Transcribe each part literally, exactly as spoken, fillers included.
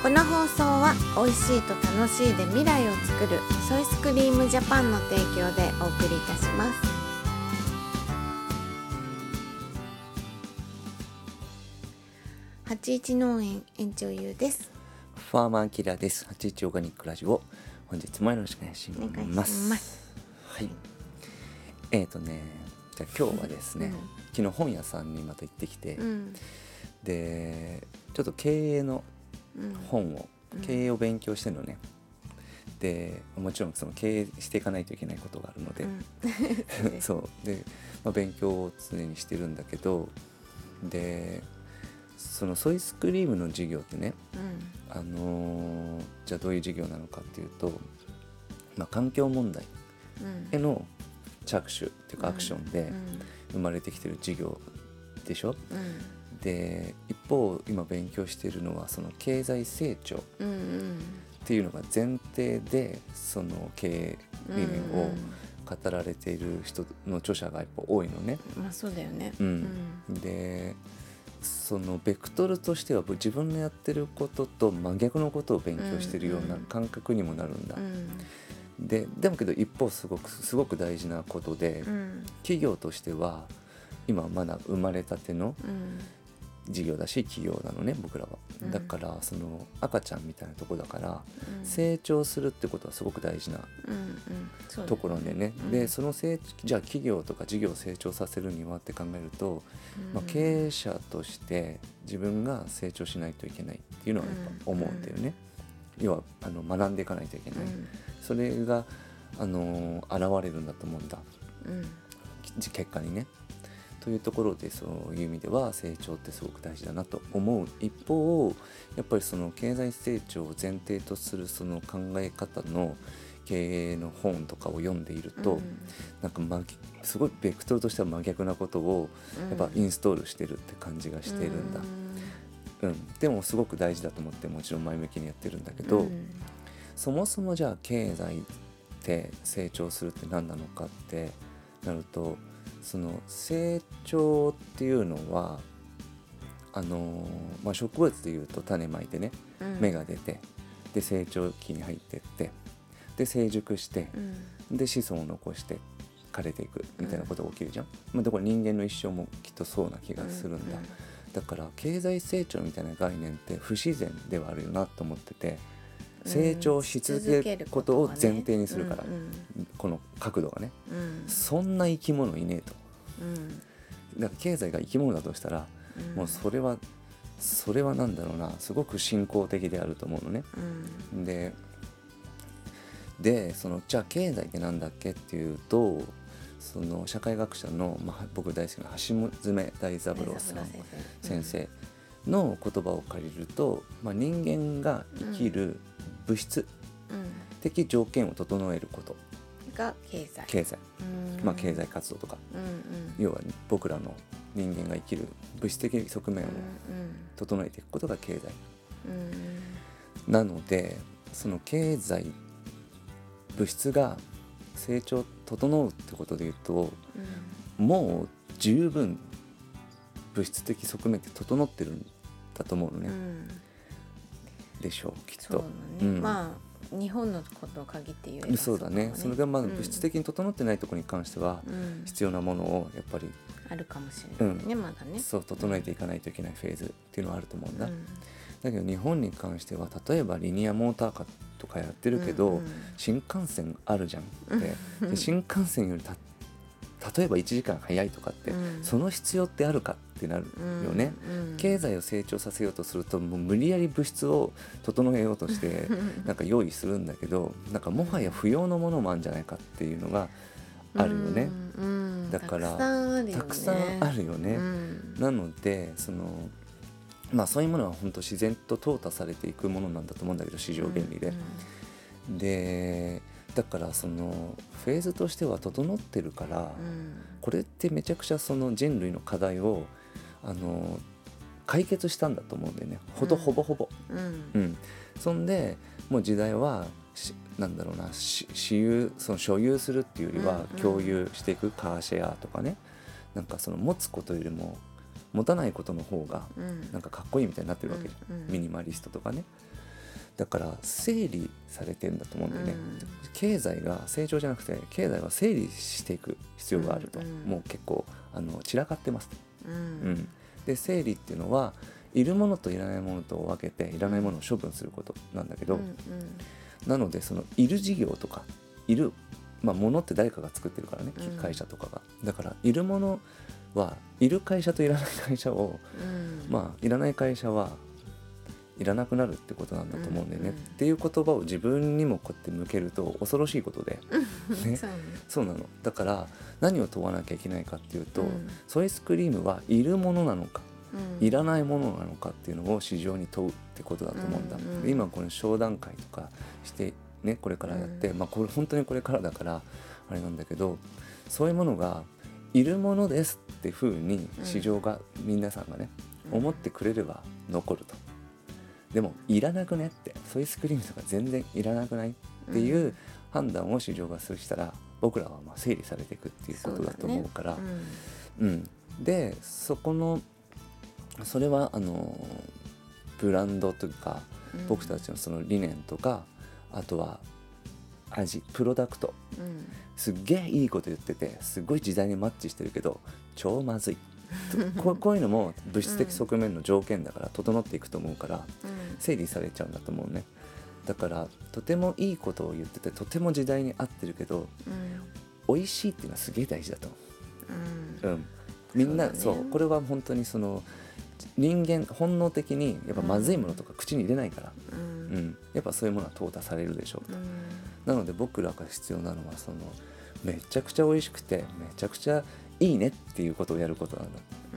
この放送は美味しいと楽しいで未来を作るソイスクリームジャパンの提供でお送りいたします。はちじゅういち農園園長ゆうです。 ファーマーキラーです。はちじゅういちオーガニックラジオ、本日もよろしくお願いします。 お願いします。 はい。えーとね、じゃあ今日はですね、うん、昨日本屋さんにまた行ってきて、うん、でちょっと経営の本を、うん、経営を勉強してるのね。でもちろんその経営していかないといけないことがあるので、うん、そうで、まあ、勉強を常にしてるんだけど、でそのソイスクリームの事業ってね、うん、あのー、じゃあどういう事業なのかっていうと、まあ、環境問題への着手っていうかアクションで生まれてきてる事業でしょ、うん、で一方今勉強しているのはその経済成長っていうのが前提でその経営理念を語られている人の著者がやっぱ多いのね。 まあそうだよね、 うんうん、でそのベクトルとしては自分のやってることと真逆のことを勉強してるような感覚にもなるんだ、うんうん、で, でもけど一方すごくすごく大事なことで、うん、企業としては今まだ生まれたての事業だし企業なのね僕らは、うん、だからその赤ちゃんみたいなとこだから、うん、成長するってことはすごく大事なところでね、うんうん、でその成じゃあ企業とか事業を成長させるにはって考えると、うんまあ、経営者として自分が成長しないといけないっていうのはやっぱ思うんだよね、うん、要はあの学んでいかないといけない、うん、それがあの現れるんだと思うんだ、うん、結果にねというところでそういう意味では成長ってすごく大事だなと思う一方、やっぱりその経済成長を前提とするその考え方の経営の本とかを読んでいると、うん、なんか、ま、すごいベクトルとしては真逆なことをやっぱインストールしてるって感じがしているんだ、うんうん、でもすごく大事だと思ってもちろん前向きにやってるんだけど、うん、そもそもじゃあ経済って成長するって何なのかってなると、その成長っていうのはあのーまあ、植物でいうと種まいてね、うん、芽が出てで成長期に入ってってで成熟して、うん、で子孫を残して枯れていくみたいなことが起きるじゃん、うんまあ、だから人間の一生もきっとそうな気がするんだ、うんうん、だから経済成長みたいな概念って不自然ではあるよなと思ってて、成長し続けることを前提にするから、うんうん、この角度がね、うん、そんな生き物いねえと、うん、だから経済が生き物だとしたら、うん、もうそれはそれはなんだろうなすごく信仰的であると思うのね、うん、ででそのじゃあ経済ってなんだっけっていうと、その社会学者の、まあ、僕大好きな橋爪大三郎さん先生の言葉を借りると、まあ、人間が生きる物質的条件を整えることが経済、 経済、まあ、経済活動とか、うんうん、要は僕らの人間が生きる物質的側面を整えていくことが経済、うんうん、なのでその経済物質が成長整うってことでいうと、うん、もう十分物質的側面って整ってるんだと思うのね、うん、でしょうきっとそうだね、うん、まあ日本のことを限って言えばそうだね、それがまだ物質的に整ってないところに関しては、うん、必要なものをやっぱりあるかもしれないね、うん、まだねそう整えていかないといけないフェーズっていうのはあると思うんだ、うん、だけど日本に関しては例えばリニアモーターカーとかやってるけど、うんうん、新幹線あるじゃんって、うん、で新幹線よりた例えばいちじかん早いとかって、うん、その必要ってあるかってなるよね、うんうん、経済を成長させようとするともう無理やり物質を整えようとしてなんか用意するんだけど、なんかもはや不要のものもあるんじゃないかっていうのがあるよね、うんうん、だからたくさんあるよね、うん、なのでそのまあそういうものは本当自然と淘汰されていくものなんだと思うんだけど市場原理で、うんうん、でだからそのフェーズとしては整ってるから、うん、これってめちゃくちゃその人類の課題をあの解決したんだと思うんだよね、ほどほぼほぼ、うんうん、そんでもう時代はなんだろうな私有その所有するっていうよりは共有していく、うん、カーシェアとかね、なんかその持つことよりも持たないことの方がなんかかっこいいみたいになってるわけじゃん、うんうん、ミニマリストとかね、 だから整理されてるんだと思うんだよね、 うん、 経済が成長じゃなくて経済は整理していく必要があると、 うんうん、 もう結構あの散らかってますと、 うんうん、で整理っていうのはいるものといらないものと分けていらないものを処分することなんだけど、 うんうん、 なのでそのいる事業とかいる、まあ、ものって誰かが作ってるからね、 うん、 会社とかがだからいるものはいる会社といらない会社を、 うん、 まあいらない会社はいらなくなるってことなんだと思うんだよね、 うんうん、 っていう言葉を自分にもこうやって向けると恐ろしいことで、ね、 そうね、 そうなの。だから何を問わなきゃいけないかっていうと、 うん、 ソイスクリームはいるものなのか、 うん、 いらないものなのかっていうのを市場に問うってことだと思うんだ、 うんうん、 で今この商談会とかしてねこれからやって、うん、まあこれ本当にこれからだからあれなんだけど、そういうものがいるものですっていうふうに市場が、うん、皆さんがね思ってくれれば残ると。でもいらなくねって、ソイスクリームとか全然いらなくないっていう判断を市場がするしたら、僕らはまあ整理されていくっていうことだと思うから、う、ね、うん、でそこのそれはあのブランドというか、うん、僕たちのその理念とか、あとは味、プロダクト、うん、すっげえいいこと言っててすごい時代にマッチしてるけど超まずいこ, こういうのも物質的側面の条件だから整っていくと思うから、うん、整理されちゃうんだと思うね。だからとてもいいことを言っててとても時代に合ってるけど、うん、美味しいっていうのはすげえ大事だと、うんうん、みんな そう、そうこれは本当にその人間本能的にやっぱまずいものとか口に入れないから、うんうん、やっぱそういうものは淘汰されるでしょうと、うん、なので僕らが必要なのはそのめちゃくちゃ美味しくてめちゃくちゃいいねっていうことをやることなんだ、うん、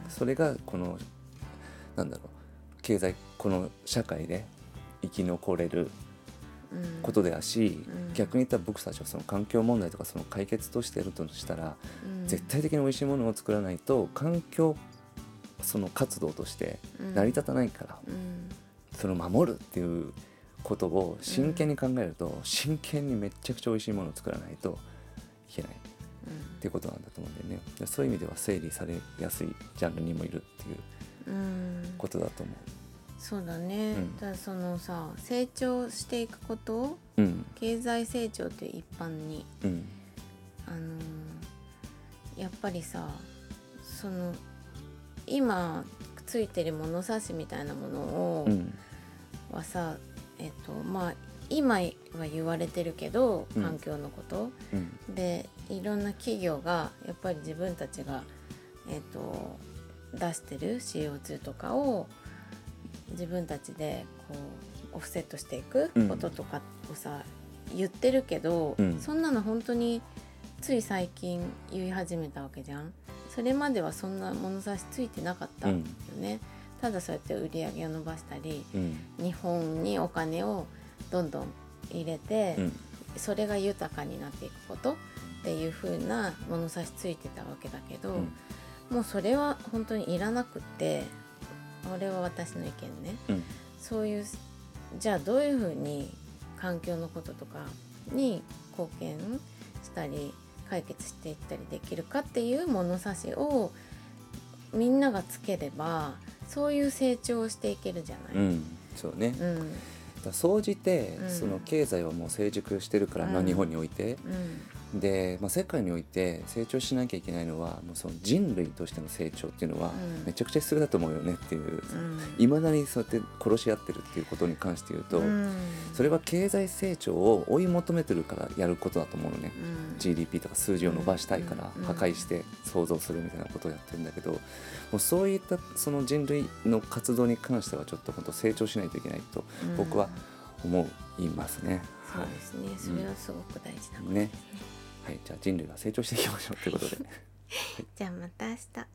それがこのなんだろう経済この社会で生き残れることであし、うん、逆に言ったら僕たちはその環境問題とかその解決としてやるとしたら、うん、絶対的に美味しいものを作らないと環境その活動として成り立たないから、うん、その守るっていうことを真剣に考えると、うん、真剣にめちゃくちゃ美味しいものを作らないといけない、うん、っていうことなんだと思うんだよね。そういう意味では整理されやすいジャンルにもいるっていうことだと思う。 そうだね、うん、だからそのさ成長していくこと、 うん、 経済成長って一般に、うん、あのー、やっぱりさその今ついてる物差しみたいなものを、うん、はさえっとまあ今は言われてるけど環境のこと、うん、でいろんな企業がやっぱり自分たちが、えっと、出してる シーオーツー とかを自分たちでこうオフセットしていくこととかをさ、うん、言ってるけど、うん、そんなの本当につい最近言い始めたわけじゃん。それまではそんな物差しついてなかったよね、うん、ただそうやって売り上げを伸ばしたり、うん、日本にお金をどんどん入れて、うん、それが豊かになっていくことっていう風な物差しついてたわけだけど、うん、もうそれは本当にいらなくって、これは私の意見ね、うん、そういうじゃあどういう風に環境のこととかに貢献したり解決していったりできるかっていう物差しをみんながつければそういう成長をしていけるじゃない、 うん、そうね、うん、だ総じて、うん、その経済はもう成熟してるから、うんまあ、日本において、うん、で、まあ、世界において成長しなきゃいけないのはもうその人類としての成長っていうのはめちゃくちゃ必要だと思うよねっていう、いま、うん、だにそうやって殺し合ってるっていうことに関して言うと、うん、それは経済成長を追い求めてるからやることだと思うのね、うん、ジーディーピー とか数字を伸ばしたいから破壊して創造するみたいなことをやってるんだけど、もうそういったその人類の活動に関してはちょっと本当成長しないといけないと僕は思いますね、 うん、そうですね、それはすごく大事なことですね、 ね、はい、じゃあ人類が成長していきましょうということでじゃあまた明日。